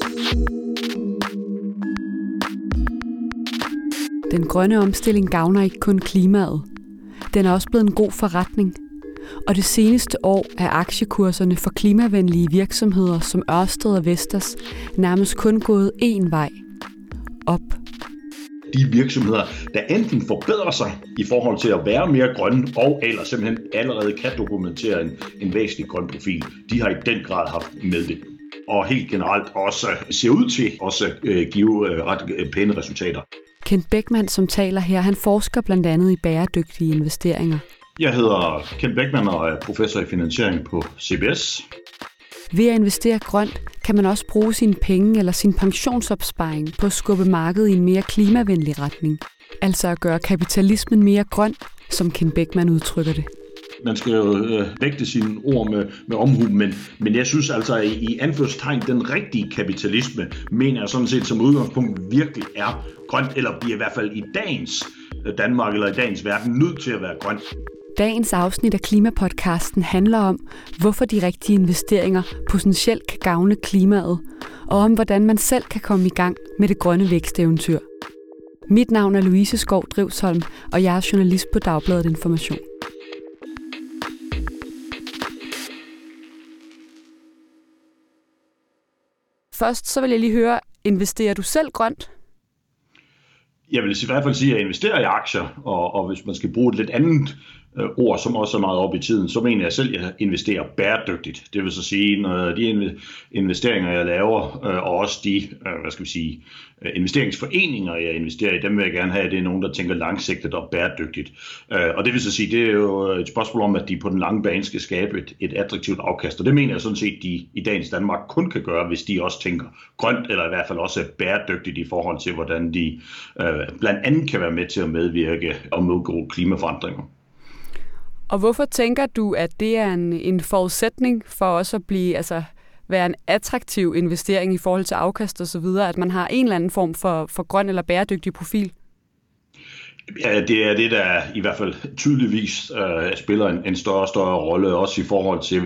Den grønne omstilling gavner ikke kun klimaet. Den er også blevet en god forretning. Og det seneste år er aktiekurserne for klimavenlige virksomheder som Ørsted og Vestas nærmest kun gået én vej. Op. De virksomheder, der enten forbedrer sig i forhold til at være mere grønne, og eller simpelthen allerede kan dokumentere en væsentlig grøn profil, de har i den grad haft medvind. Og helt generelt også ser ud til at give ret pæne resultater. Kent Beckmann, som taler her, han forsker blandt andet i bæredygtige investeringer. Jeg hedder Kent Beckmann og er professor i finansiering på CBS. Ved at investere grønt, kan man også bruge sine penge eller sin pensionsopsparing på at skubbe markedet i en mere klimavenlig retning. Altså at gøre kapitalismen mere grøn, som Kent Beckmann udtrykker det. Man skal jo vægte sine ord med omhu, men jeg synes altså, at i anførselstegn, den rigtige kapitalisme, mener jeg sådan set som udgangspunkt virkelig er grønt, eller bliver i hvert fald i dagens Danmark eller i dagens verden nødt til at være grønt. Dagens afsnit af Klimapodcasten handler om, hvorfor de rigtige investeringer potentielt kan gavne klimaet, og om hvordan man selv kan komme i gang med det grønne væksteventyr. Mit navn er Louise Skov Drivsholm, og jeg er journalist på Dagbladet Information. Først så vil jeg lige høre, investerer du selv grønt? Jeg vil i hvert fald sige, at jeg investerer i aktier, og hvis man skal bruge et lidt andet ord, som også er meget op i tiden, så mener jeg selv, at jeg investerer bæredygtigt. Det vil så sige, når de investeringer, jeg laver, og også de investeringsforeninger, jeg investerer i, dem vil jeg gerne have, at det er nogen, der tænker langsigtet og bæredygtigt. Og det vil så sige, det er jo et spørgsmål om, at de på den lange bane skal skabe et attraktivt afkast. Og det mener jeg sådan set, de i dagens Danmark kun kan gøre, hvis de også tænker grønt, eller i hvert fald også bæredygtigt i forhold til, hvordan de blandt andet kan være med til at medvirke og modgå klimaforandringer. Og hvorfor tænker du, at det er en forudsætning for også at være en attraktiv investering i forhold til afkast og så videre, at man har en eller anden form for grøn eller bæredygtig profil? Ja, det er det, der i hvert fald tydeligvis spiller en større og større rolle, også i forhold til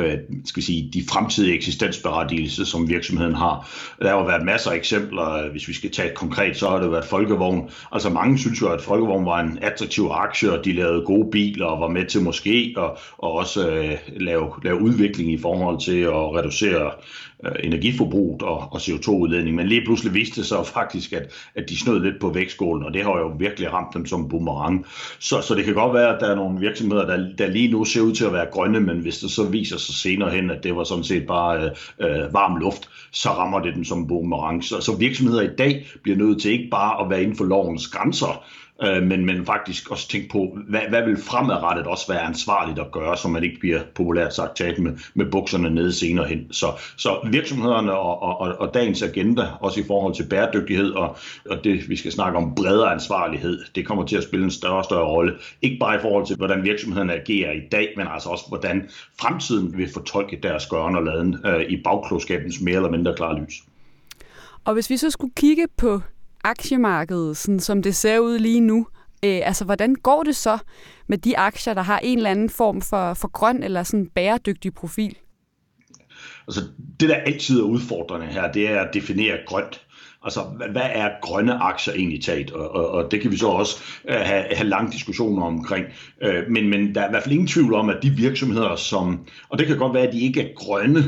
de fremtidige eksistensberettigelser, som virksomheden har. Der har jo været masser af eksempler. Hvis vi skal tage et konkret, så har det været Folkevogn. Altså mange synes jo, at Folkevogn var en attraktiv aktie, og de lavede gode biler og var med til måske og også lave udvikling i forhold til at reducere energiforbruget og CO2-udledning, men lige pludselig viste det sig faktisk, at de snød lidt på vægtskålen, og det har jo virkelig ramt dem som boomerang. Så det kan godt være, at der er nogle virksomheder, der lige nu ser ud til at være grønne, men hvis det så viser sig senere hen, at det var sådan set bare varm luft, så rammer det dem som boomerang. Så virksomheder i dag bliver nødt til ikke bare at være inden for lovens grænser, men faktisk også tænke på, hvad vil fremadrettet også være ansvarligt at gøre, så man ikke bliver populært sagt taget med bukserne nede senere hen. Så virksomhederne og dagens agenda, også i forhold til bæredygtighed og det, vi skal snakke om bredere ansvarlighed, det kommer til at spille en større og større rolle. Ikke bare i forhold til, hvordan virksomhederne agerer i dag, men altså også, hvordan fremtiden vil fortolke deres gøren og laden i bagklogskabens mere eller mindre klare lys. Og hvis vi så skulle kigge på aktiemarkedet, sådan som det ser ud lige nu, hvordan går det så med de aktier, der har en eller anden form for grøn eller sådan bæredygtig profil? Altså det, der altid er udfordrende her, det er at definere grønt. Altså, hvad er grønne aktier egentlig taget? Og det kan vi så også have lange diskussioner omkring. Men der er i hvert fald ingen tvivl om, at de virksomheder, og det kan godt være, at de ikke er grønne,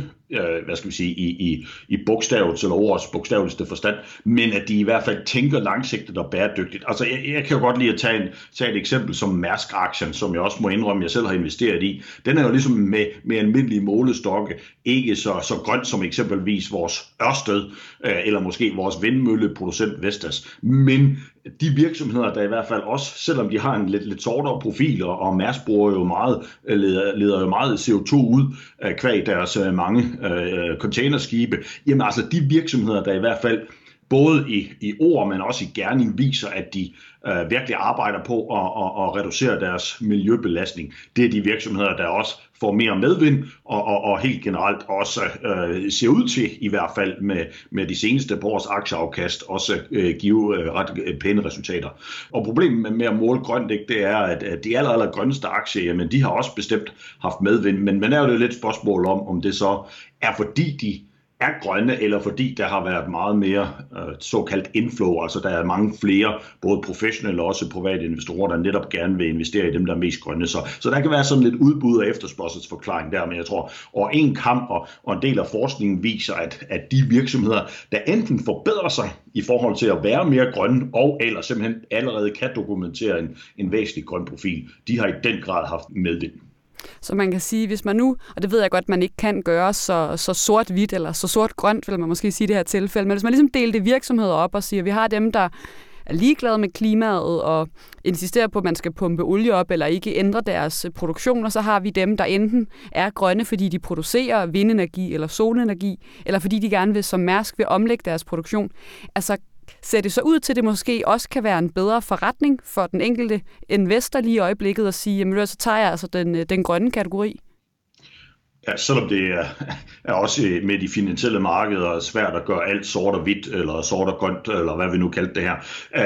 i bogstavets eller ordets bogstaveligste forstand, men at de i hvert fald tænker langsigtet og bæredygtigt. Altså, jeg kan jo godt lide at tage et eksempel som Mærsk-aktien, som jeg også må indrømme, jeg selv har investeret i. Den er jo ligesom med almindelige målestokke ikke så grøn som eksempelvis vores Ørsted, eller måske vores vindmølleproducent Vestas. Men de virksomheder, der i hvert fald også, selvom de har en lidt sortere profil, og Mærsk bruger jo leder jo meget CO2 ud kvæg deres mange containerskibe, jamen altså de virksomheder, der i hvert fald både i ord, men også i gerning viser, at de virkelig arbejder på at reducere deres miljøbelastning. Det er de virksomheder, der også får mere medvind, og helt generelt også ser ud til, i hvert fald med de seneste par års aktieafkast, også give ret pæne resultater. Og problemet med at måle grønt, det er, at de aller grønneste aktier, jamen, de har også bestemt haft medvind, men er jo lidt et spørgsmål om det så er fordi de er grønne, eller fordi der har været meget mere såkaldt inflow, altså der er mange flere, både professionelle og også private investorer, der netop gerne vil investere i dem, der er mest grønne. Så der kan være sådan lidt udbud og efterspørgselsforklaring der, men jeg tror, over en kamp og en del af forskningen viser, at de virksomheder, der enten forbedrer sig i forhold til at være mere grønne, og eller simpelthen allerede kan dokumentere en væsentlig grøn profil, de har i den grad haft medvind. Så man kan sige, hvis man nu, og det ved jeg godt, man ikke kan gøre så sort-hvidt eller så sort-grønt, vil man måske sige i det her tilfælde, men hvis man ligesom deler det virksomheder op og siger, at vi har dem, der er ligeglade med klimaet og insisterer på, at man skal pumpe olie op eller ikke ændre deres produktion, og så har vi dem, der enten er grønne, fordi de producerer vindenergi eller solenergi, eller fordi de gerne vil, som Mærsk, vil omlægge deres produktion. Altså, ser det så ud til, at det måske også kan være en bedre forretning for den enkelte investor lige i øjeblikket at sige, jamen så tager jeg altså den grønne kategori? Ja, selvom det er også med de finansielle markeder svært at gøre alt sort og hvidt, eller sort og grønt, eller hvad vi nu kaldte det her,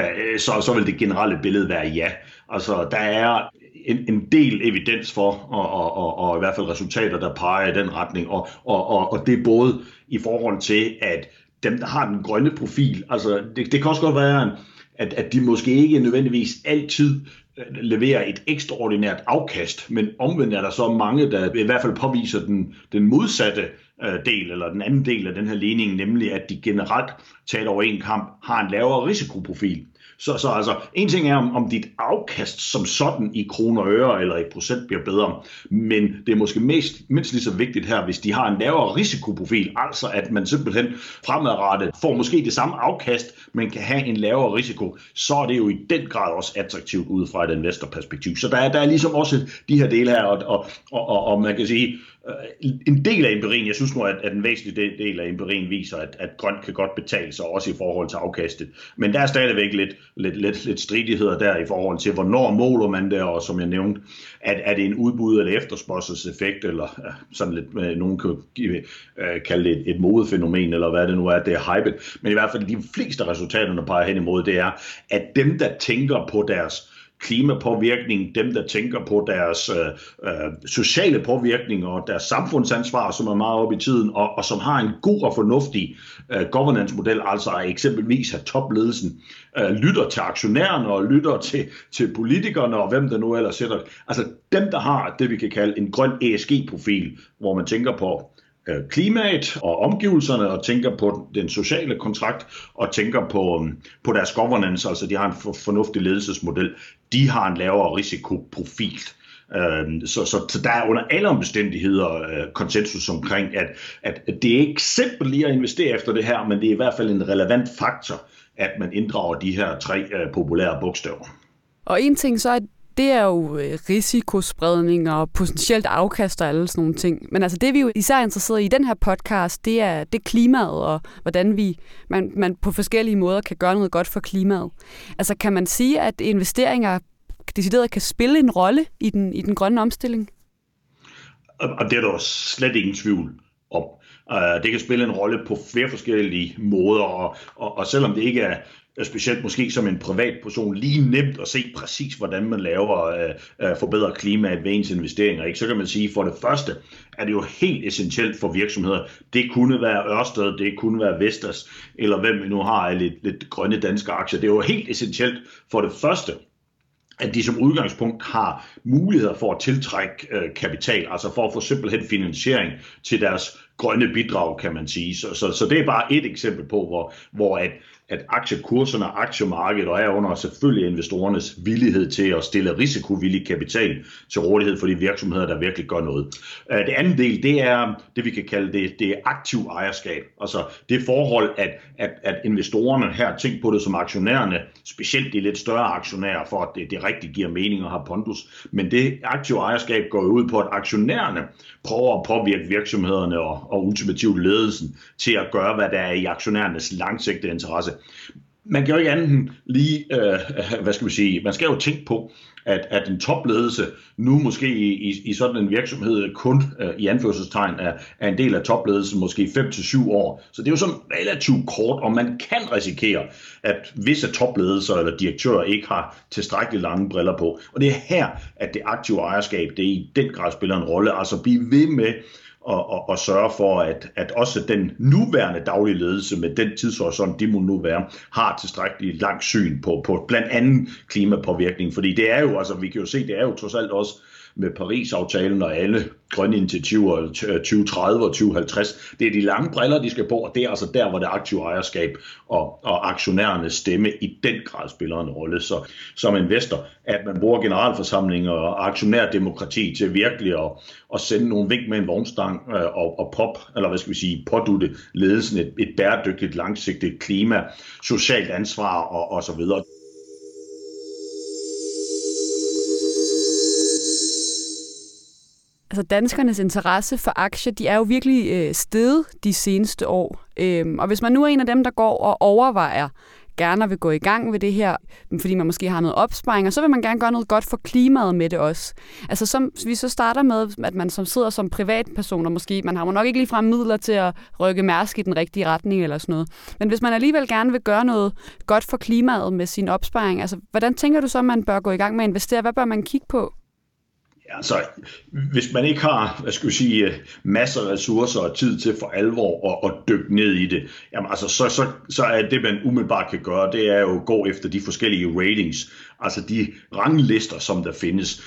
så vil det generelle billede være ja. Altså, der er en del evidens for, og i hvert fald resultater, der peger i den retning, og det er både i forhold til, at dem, der har den grønne profil, altså det kan også godt være, at de måske ikke nødvendigvis altid leverer et ekstraordinært afkast, men omvendt er der så mange, der i hvert fald påviser den modsatte del, eller den anden del af den her ligning, nemlig at de generelt talt over en kamp har en lavere risikoprofil. Så altså, en ting er, om dit afkast som sådan i kroner og øre eller i procent bliver bedre, men det er måske mindst lige så vigtigt her, hvis de har en lavere risikoprofil, altså at man simpelthen fremadrettet får måske det samme afkast, men kan have en lavere risiko, så er det jo i den grad også attraktivt ud fra et investorperspektiv. Så der er ligesom også de her dele her, og man kan sige, en del af empirien, jeg synes nu, at en væsentlig del af empirien viser, at grønt kan godt betale sig, også i forhold til afkastet. Men der er stadigvæk lidt stridigheder der i forhold til, hvornår måler man det, og som jeg nævnte, er det en udbud- eller efterspørgselseffekt, eller sådan lidt, nogen kan kalde det et modefænomen, eller hvad det nu er, det er hypet. Men i hvert fald de fleste resultaterne peger hen imod, det er, at dem, der tænker på deres klimapåvirkning, dem der tænker på deres sociale påvirkning og deres samfundsansvar, som er meget oppe i tiden, og som har en god og fornuftig governance-model, altså eksempelvis at topledelsen lytter til aktionærerne og lytter til politikerne og hvem der nu ellers sætter. Altså dem, der har det, vi kan kalde en grøn ESG-profil, hvor man tænker på klimaet og omgivelserne, og tænker på den sociale kontrakt, og tænker på deres governance, altså de har en fornuftig ledelsesmodel, de har en lavere risikoprofil. Så der er under alle omstændigheder konsensus omkring, at det er ikke simpelt lige at investere efter det her, men det er i hvert fald en relevant faktor, at man inddrager de her 3 populære bogstaver. Og en ting så er, det er jo risikospredning og potentielt afkast og alle sådan nogle ting. Men altså det, vi jo især er interesseret i den her podcast, det er klimaet og hvordan man på forskellige måder kan gøre noget godt for klimaet. Altså kan man sige, at investeringer decideret kan spille en rolle i den grønne omstilling? Og det er der slet ingen tvivl om. Det kan spille en rolle på flere forskellige måder, og selvom det ikke er specielt måske som en privatperson lige nemt at se præcis, hvordan man forbedrer klimaet ved ens investeringer, ikke? Så kan man sige, for det første er det jo helt essentielt for virksomheder. Det kunne være Ørsted, det kunne være Vestas, eller hvem vi nu har af lidt grønne danske aktier. Det er jo helt essentielt for det første, at de som udgangspunkt har muligheder for at tiltrække kapital, altså for at få simpelthen finansiering til deres grønne bidrag, kan man sige. Så det er bare et eksempel på, hvor at aktiekurserne og aktiemarkedet og er under selvfølgelig investorernes villighed til at stille risikovillig kapital til rådighed for de virksomheder, der virkelig gør noget. Det andet del, det er det, vi kan kalde det aktiv ejerskab. Altså det forhold, at investorerne her tænker på det som aktionærerne, specielt de lidt større aktionærer, for at det rigtig giver mening at have pondus. Men det aktive ejerskab går ud på, at aktionærerne prøver at påvirke virksomhederne og ultimativt ledelsen til at gøre, hvad der er i aktionærernes langsigtede interesse. Man kan jo ikke andet lige, man skal jo tænke på, at en topledelse nu måske i sådan en virksomhed kun i anførselstegn er en del af topledelsen måske 5 til 7 år. Så det er jo sådan relativt kort, og man kan risikere, at visse topledelser eller direktører ikke har tilstrækkeligt lange briller på. Og det er her, at det aktive ejerskab, det i den grad spiller en rolle. Altså blive ved med og sørge for, at også den nuværende daglige ledelse med den tidshorisont, de må nu være, har tilstrækkeligt langt syn på blandt andet klimapåvirkning. Fordi det er jo, altså vi kan jo se, det er jo trods alt også med Paris-aftalen og alle grønne initiativer 2030 og 2050. Det er de lange briller, de skal på, og det er altså der, hvor det aktive ejerskab og aktionærernes stemme i den grad spiller en rolle. Så som investor, at man bruger generalforsamlinger og aktionærdemokrati til virkelig at sende nogle vink med en vognstang og pådutte ledelsen et bæredygtigt, langsigtet klima, socialt ansvar og så videre. Altså danskernes interesse for aktier, de er jo virkelig steget de seneste år. Og hvis man nu er en af dem, der går og overvejer, gerne vil gå i gang ved det her, fordi man måske har noget opsparing, og så vil man gerne gøre noget godt for klimaet med det også. Altså vi så starter med, at man som sidder som privatperson, og måske man har nok ikke ligefrem midler til at rykke Mærsk i den rigtige retning eller sådan noget. Men hvis man alligevel gerne vil gøre noget godt for klimaet med sin opsparing, altså hvordan tænker du så, at man bør gå i gang med at investere? Hvad bør man kigge på? Altså, hvis man ikke har, masser af ressourcer og tid til for alvor at dykke ned i det, jamen altså, så er det, man umiddelbart kan gøre, det er jo at gå efter de forskellige ratings, altså de ranglister, som der findes.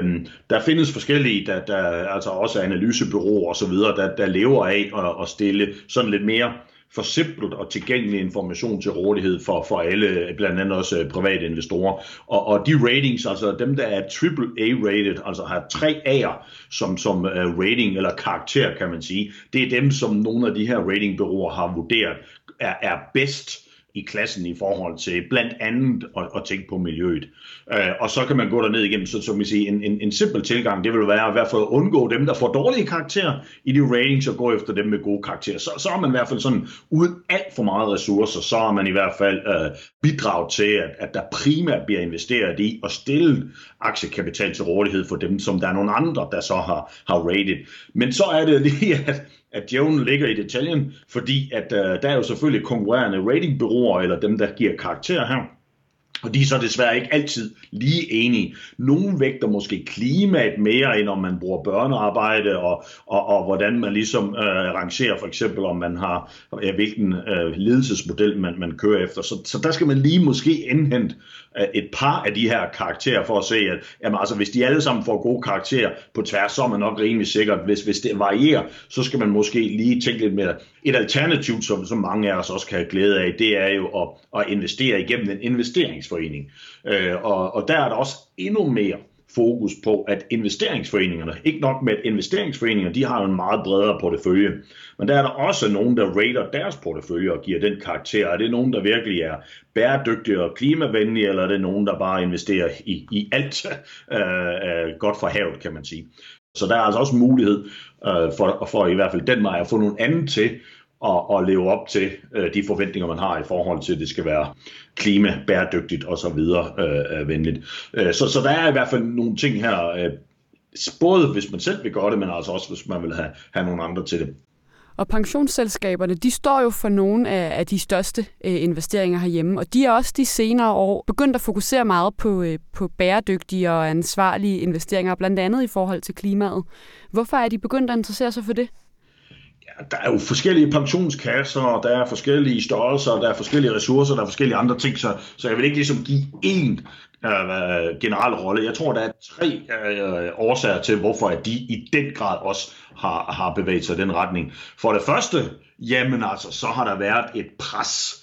Der findes forskellige, der altså også analysebureauer og så videre, der lever af at stille sådan lidt mere forsimplet og tilgængelig information til rådighed for alle, blandt andet også private investorer. Og de ratings, altså dem, der er AAA-rated, altså har 3 A'er som rating eller karakter, kan man sige, det er dem, som nogle af de her ratingbureauer har vurderet er bedst i klassen i forhold til blandt andet at tænke på miljøet. Og så kan man gå derned igennem, så som vi siger, en simpel tilgang, det vil være i hvert fald at undgå dem, der får dårlige karakterer i de ratings, og gå efter dem med gode karakterer. Så er man i hvert fald sådan, uden alt for meget ressourcer, så er man i hvert fald bidraget til, at der primært bliver investeret i at stille aktiekapital til rådighed for dem, som der er nogle andre, der så har rated. Men så er det lige, at djævlen ligger i detaljen, fordi at der er jo selvfølgelig konkurrerende ratingbureauer, eller dem, der giver karakterer her, og de er så desværre ikke altid lige enige. Nogle vægter måske klimaet mere, end om man bruger børnearbejde, og hvordan man ligesom rangerer, for eksempel om man har, hvilken ledelsesmodel man kører efter. Så der skal man lige måske indhente et par af de her karakterer for at se, at jamen, altså, hvis de alle sammen får gode karakterer på tværs, så er man nok rimelig sikkert. Hvis det varierer, så skal man måske lige tænke lidt mere. Et alternativ, som mange af os også kan have glæde af, det er jo at investere igennem en investeringsforening. Og der er der også endnu mere fokus på, at investeringsforeningerne, ikke nok med at investeringsforeninger, de har jo en meget bredere portefølje, men der er der også nogen, der rater deres portefølje og giver den karakter. Er det nogen, der virkelig er bæredygtige og klimavenlige, eller er det nogen, der bare investerer i alt godt for havet, kan man sige. Så der er altså også mulighed for i hvert fald den vej at få nogen anden til at leve op til de forventninger, man har i forhold til, at det skal være klima, bæredygtigt og så videre venligt. Så der er i hvert fald nogle ting her, både hvis man selv vil gøre det, men altså også hvis man vil have nogle andre til det. Og pensionsselskaberne, de står jo for nogle af de største investeringer herhjemme, og de er også de senere år begyndt at fokusere meget på bæredygtige og ansvarlige investeringer, blandt andet i forhold til klimaet. Hvorfor er de begyndt at interessere sig for det? Der er jo forskellige pensionskasser, der er forskellige størrelser, der er forskellige ressourcer, der er forskellige andre ting, så jeg vil ikke ligesom give én generel rolle. Jeg tror, der er 3 årsager til, hvorfor at de i den grad også har bevæget sig i den retning. For det første, jamen altså, så har der været et pres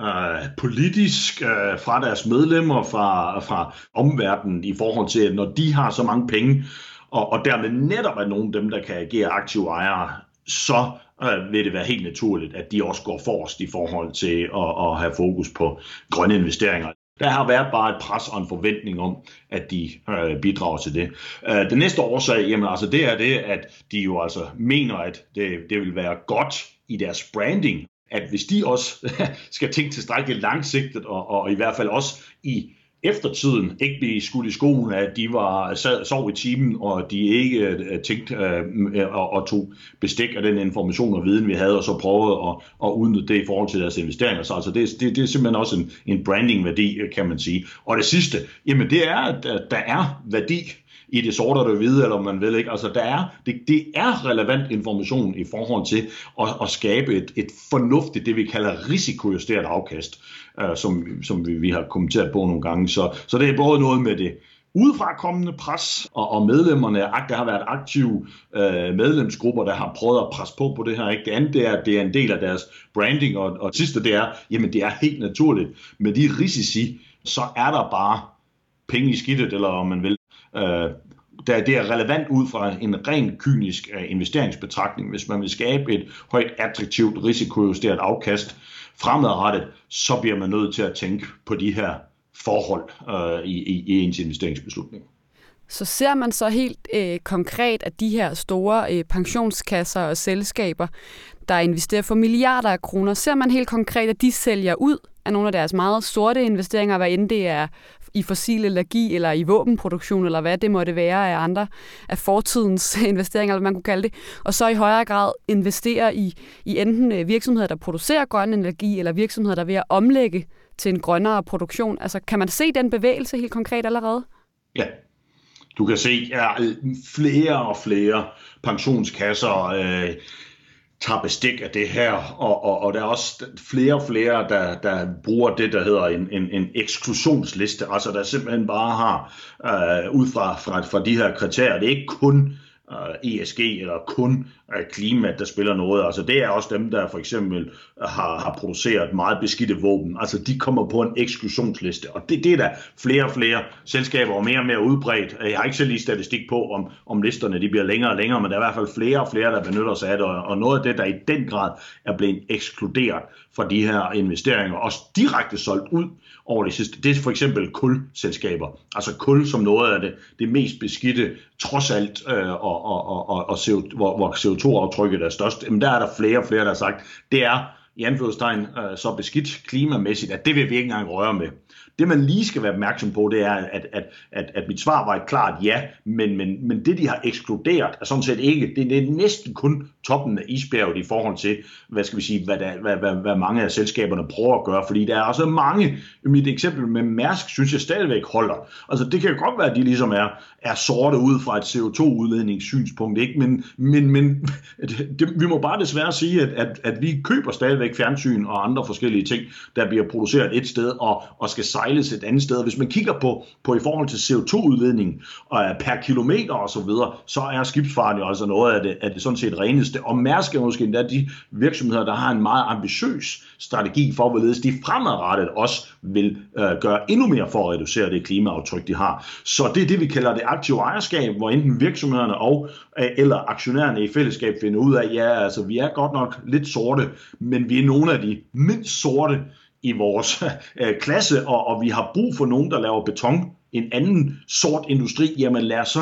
politisk fra deres medlemmer, fra omverdenen i forhold til, at når de har så mange penge, og dermed netop er nogle af dem, der kan agere aktive ejere, så vil det være helt naturligt, at de også går forrest i forhold til at have fokus på grønne investeringer. Der har været bare et pres og en forventning om, at de bidrager til det. Den næste årsag, jamen altså, det er det, at de jo altså mener, at det vil være godt i deres branding, at hvis de også skal tænke tilstrækkeligt langsigtet, og i hvert fald også i eftertiden ikke blive skudt i skoen, at de sov i timen, og de ikke tænkte og tog bestik af den information og viden, vi havde, og så prøvede at udnytte det i forhold til deres investeringer. Så altså det er simpelthen også en branding-værdi, kan man sige. Og det sidste, jamen det er, at der er værdi i det sorte og det hvide, eller om man vil ikke. Altså det er relevant information i forhold til at skabe et fornuftigt, det vi kalder risikojusteret afkast, som vi har kommenteret på nogle gange. Så det er både noget med det udefrakommende pres, og medlemmerne, der har været aktive medlemsgrupper, der har prøvet at presse på det her. Ikke? Det andet er, at det er en del af deres branding, og det sidste det er, jamen det er helt naturligt. Med de risici, så er der bare penge i skidtet, eller om man vil. Det er relevant ud fra en ren kynisk investeringsbetragtning. Hvis man vil skabe et højt attraktivt risikojusteret afkast fremadrettet, så bliver man nødt til at tænke på de her forhold i ens investeringsbeslutning. Så ser man så helt konkret, at de her store pensionskasser og selskaber, der investerer for milliarder af kroner, ser man helt konkret, at de sælger ud af nogle af deres meget sorte investeringer, hvad end det er i fossil energi eller i våbenproduktion, eller hvad det måtte være af andre af fortidens investeringer, eller man kunne kalde det, og så i højere grad investere i enten virksomheder, der producerer grøn energi, eller virksomheder, der er ved at omlægge til en grønnere produktion. Altså, kan man se den bevægelse helt konkret allerede? Ja, du kan se flere og flere pensionskasser tager bestik af det her, og der er også flere og flere, der bruger det, der hedder en eksklusionsliste, altså der simpelthen bare har, ud fra de her kriterier, det er ikke kun ESG eller kun klima, der spiller noget. Altså det er også dem, der for eksempel har produceret meget beskidte våben. Altså de kommer på en eksklusionsliste, og det er der flere og flere selskaber og mere udbredt. Jeg har ikke selv lige statistik på, om listerne de bliver længere og længere, men der er i hvert fald flere og flere, der benytter sig af det, og noget af det, der i den grad er blevet ekskluderet fra de her investeringer, også direkte solgt ud over det sidste, det er for eksempel kulselskaber. Altså kul som noget af det mest beskidte, trods alt, hvor CO2-aftrykket er størst. Men der er der flere og flere, der har sagt, det er i anførselstegn så beskidt klimamæssigt, at det vil vi ikke engang røre med. Det man lige skal være opmærksom på, det er, at mit svar var et klart ja, men det de har ekskluderet er sådan set ikke, det er næsten kun toppen af isbjerget i forhold til, hvad mange af selskaberne prøver at gøre, fordi der er også mange, mit eksempel med Mærsk, synes jeg stadigvæk holder. Altså det kan godt være, at de ligesom er sorte ud fra et CO2-udledningssynspunkt, ikke? Men vi må bare desværre sige, at vi køber stadigvæk fjernsyn og andre forskellige ting, der bliver produceret et sted og skal sejles et andet sted. Hvis man kigger på i forhold til CO2-udledning per kilometer og så videre, så er skibsfart jo altså noget af det sådan set reneste. Og Mærsk er måske endda de virksomheder, der har en meget ambitiøs strategi for, hvorledes de fremadrettet også vil gøre endnu mere for at reducere det klimaaftryk, de har. Så det er det, vi kalder det aktive ejerskab, hvor enten virksomhederne eller aktionærerne i fællesskab finder ud af, ja, altså vi er godt nok lidt sorte, men vi er nogle af de mindst sorte i vores klasse, og vi har brug for nogen, der laver beton, en anden sort industri, jamen lad os så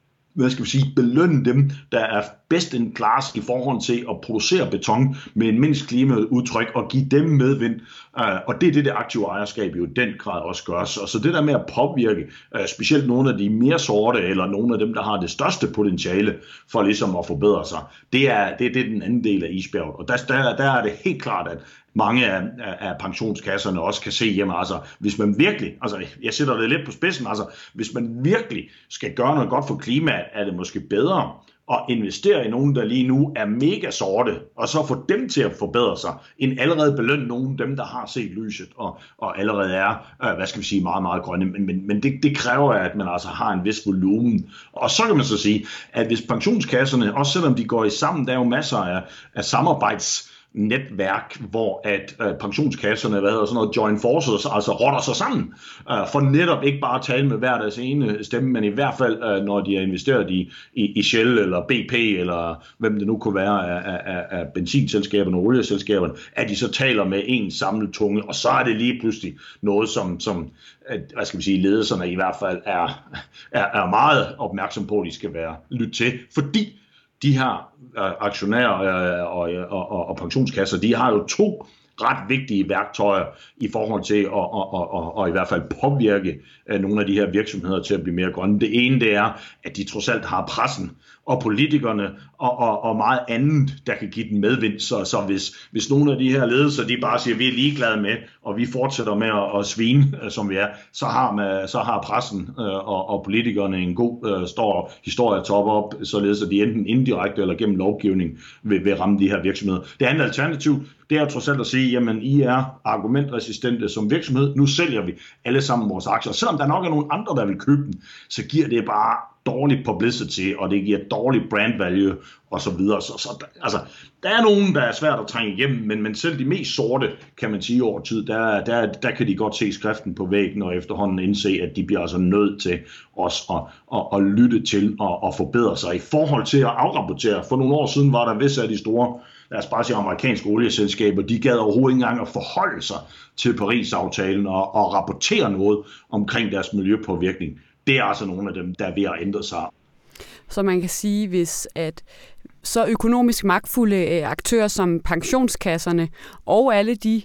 belønne dem, der er best in class i forhold til at producere beton med en mindst klimaudtryk og give dem medvind. Og det er det aktive ejerskab jo i den grad også gør. Så det der med at påvirke specielt nogle af de mere sorte, eller nogle af dem, der har det største potentiale for ligesom at forbedre sig, det er den anden del af isbjerget. Og der er det helt klart, at mange af pensionskasserne også kan se, jamen altså, hvis man virkelig, altså jeg sætter det lidt på spidsen, altså hvis man virkelig skal gøre noget godt for klimaet, er det måske bedre at investere i nogen, der lige nu er mega sorte, og så få dem til at forbedre sig, end allerede belønne nogen, dem der har set lyset, og allerede er, meget, meget grønne. Men det kræver, at man altså har en vis volumen. Og så kan man så sige, at hvis pensionskasserne, også selvom de går i sammen, der er jo masser af samarbejdsnetværk, hvor at pensionskasserne, join forces, altså rotter sig sammen, for netop ikke bare at tale med hver deres ene stemme, men i hvert fald, når de er investeret i Shell eller BP, eller hvem det nu kunne være af benzinselskaberne og olieselskaberne, at de så taler med en samlet tunge, og så er det lige pludselig noget, som ledelserne i hvert fald er meget opmærksom på, at de skal være lyttet til, fordi de her aktionærer og pensionskasser, de har jo to ret vigtige værktøjer i forhold til at i hvert fald påvirke nogle af de her virksomheder til at blive mere grønne. Det ene, det er, at de trods alt har pressen og politikerne og meget andet, der kan give den medvind. Så hvis nogle af de her ledelser, de bare siger, at vi er ligeglade med, og vi fortsætter med at svine, som vi er, så har pressen og politikerne en god stor historie at toppe op, således at de enten indirekte eller gennem lovgivning vil ramme de her virksomheder. Det andet alternativ, det er trods alt at sige, jamen I er argumentresistente som virksomhed, nu sælger vi alle sammen vores aktier. Selvom der nok er nogle andre, der vil købe dem, så giver det bare dårlig publicity, og det giver dårlig brand value, og så videre. Altså, der er nogen, der er svært at trænge igennem, men selv de mest sorte, kan man sige over tid, der kan de godt se skriften på væggen, og efterhånden indse, at de bliver altså nødt til også at lytte til og forbedre sig i forhold til at afrapportere. For nogle år siden var der vist af de store, lad os bare sige amerikanske olieselskaber, de gad overhovedet ikke engang at forholde sig til Paris-aftalen og rapportere noget omkring deres miljøpåvirkning. Det er altså nogle af dem, der er ved at ændre sig. Så man kan sige, hvis at så økonomisk magtfulde aktører som pensionskasserne og alle de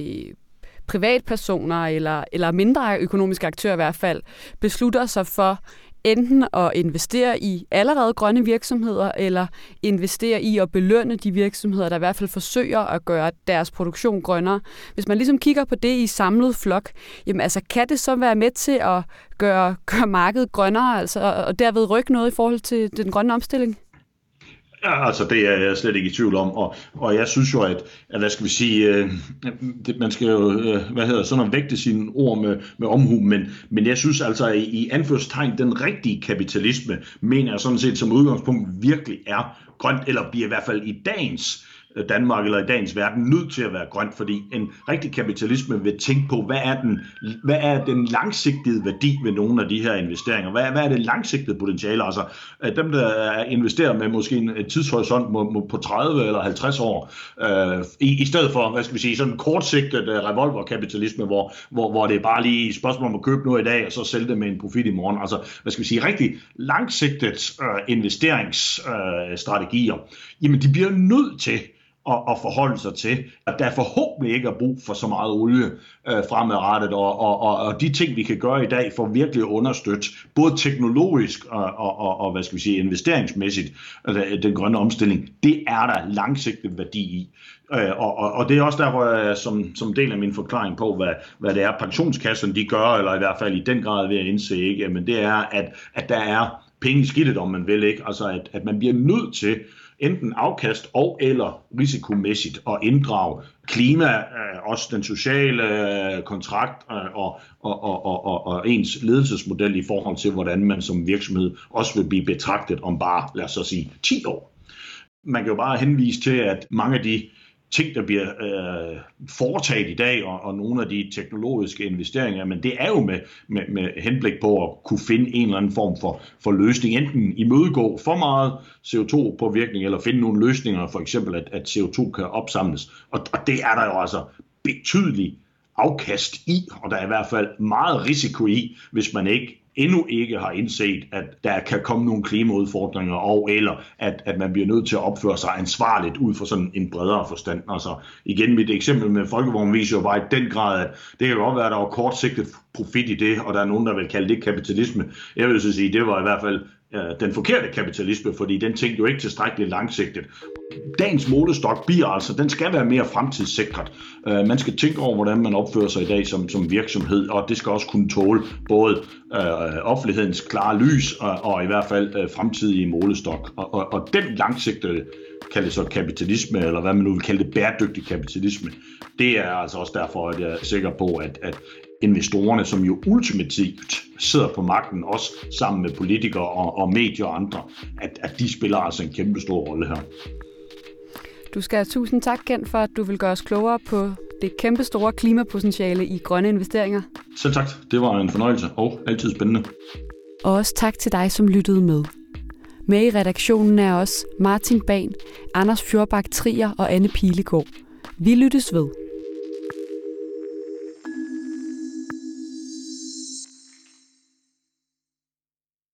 privatpersoner eller mindre økonomiske aktører i hvert fald, beslutter sig for enten at investere i allerede grønne virksomheder, eller investere i at belønne de virksomheder, der i hvert fald forsøger at gøre deres produktion grønnere. Hvis man ligesom kigger på det i samlet flok, jamen altså kan det så være med til at gøre markedet grønnere, altså, og derved rykke noget i forhold til den grønne omstilling? Ja, altså det er jeg slet ikke i tvivl om, og jeg synes jo, at hvad skal vi sige, man skal jo, sådan at vægte sine ord med omhu, men jeg synes altså, i anførselstegn, den rigtige kapitalisme, mener jeg sådan set som udgangspunkt virkelig er grønt, eller bliver i hvert fald i dagens Danmark eller i dagens verden nødt til at være grønt, fordi en rigtig kapitalisme vil tænke på, hvad er den langsigtede værdi ved nogle af de her investeringer? Hvad er det langsigtede potentiale? Altså dem, der investerer med måske en tidshorisont på 30 eller 50 år, i stedet for, hvad skal vi sige, sådan en kortsigtet revolverkapitalisme, hvor det er bare lige et spørgsmål om at købe noget i dag, og så sælge det med en profit i morgen. Altså, hvad skal vi sige, rigtig langsigtet investeringsstrategier, jamen de bliver nødt til at forholde sig til, at der forhåbentlig ikke er brug for så meget olie fremadrettet, og de ting, vi kan gøre i dag for virkelig at understøtte, både teknologisk og hvad skal vi sige, investeringsmæssigt, den grønne omstilling, det er der langsigtet værdi i. Og det er også derfor, som del af min forklaring på, hvad det er, pensionskasserne de gør, eller i hvert fald i den grad ved at indse, ikke? Men det er, at der er penge i skidtet, om man vil, ikke? Altså, at man bliver nødt til enten afkast og eller risikomæssigt at inddrage klima, også den sociale kontrakt og ens ledelsesmodel i forhold til, hvordan man som virksomhed også vil blive betragtet om bare, lad os så sige, 10 år. Man kan jo bare henvise til, at mange af de ting, der bliver foretaget i dag, og nogle af de teknologiske investeringer, men det er jo med henblik på at kunne finde en eller anden form for løsning, enten imødegå for meget CO2-påvirkning, eller finde nogle løsninger, for eksempel at CO2 kan opsamles. Og det er der jo altså betydeligt afkast i, og der er i hvert fald meget risiko i, hvis man endnu ikke har indset, at der kan komme nogle klimaudfordringer, og eller at man bliver nødt til at opføre sig ansvarligt ud fra sådan en bredere forstand. Altså igen, mit eksempel med folkevognen viser jo bare i den grad, at det kan godt være, at der var kortsigtet profit i det, og der er nogen, der vil kalde det kapitalisme. Jeg vil så sige, det var i hvert fald den forkerte kapitalisme, fordi den tænkte jo ikke tilstrækkeligt langsigtet. Dagens målestok bliver altså, den skal være mere fremtidssikret. Man skal tænke over, hvordan man opfører sig i dag som virksomhed, og det skal også kunne tåle både offentlighedens klare lys og i hvert fald fremtidige målestok. Og den langsigtede, kaldes så kapitalisme, eller hvad man nu vil kalde det, bæredygtig kapitalisme, det er altså også derfor, at jeg er sikker på, at investorerne, som jo ultimativt sidder på magten, også sammen med politikere og medier og andre, at de spiller altså en kæmpe stor rolle her. Du skal have tusind tak, Kent, for at du vil gøre os klogere på det kæmpe store klimapotentiale i grønne investeringer. Selv tak. Det var en fornøjelse og altid spændende. Og også tak til dig, som lyttede med. Med i redaktionen er også Martin Bahn, Anders Fjordbak Trier og Anne Pilegaard. Vi lyttes ved.